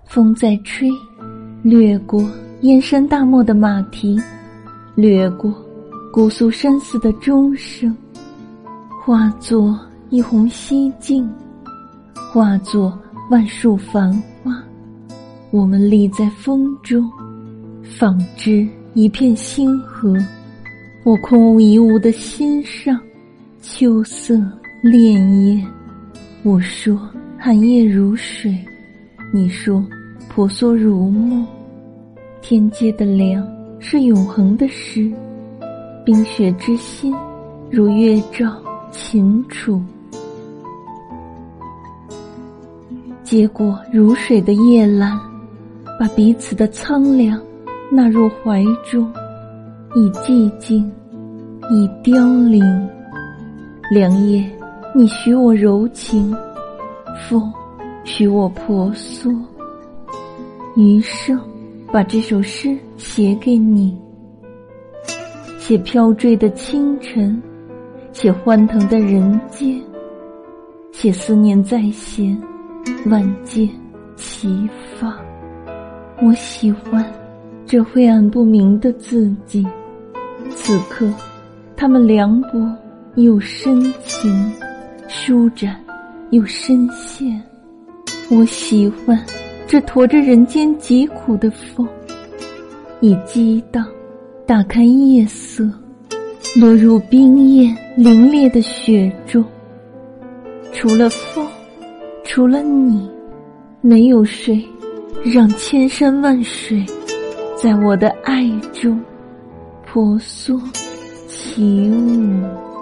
风在吹，掠过燕山大漠的马蹄，掠过姑苏山寺的钟声，化作一泓西径，化作万树繁花。我们立在风中，仿之一片星河。我空无一物的心上，秋色潋滟。我说寒夜如水，你说婆娑如梦。天阶的凉是永恒的诗，冰雪之心如月照秦楚。结果如水的夜阑，把彼此的苍凉纳入怀中，已寂静，已凋零。凉夜，你许我柔情，风许我婆娑。余生把这首诗写给你，写飘坠的清晨，写欢腾的人间，写思念在弦，万箭齐发。我喜欢这晦暗不明的自己，此刻他们凉薄又深情，舒展又深陷。我喜欢这驮着人间疾苦的风，以激荡打开夜色，落入冰焰凛冽的雪中。除了风，除了你，没有谁让千山万水在我的爱中婆娑起舞。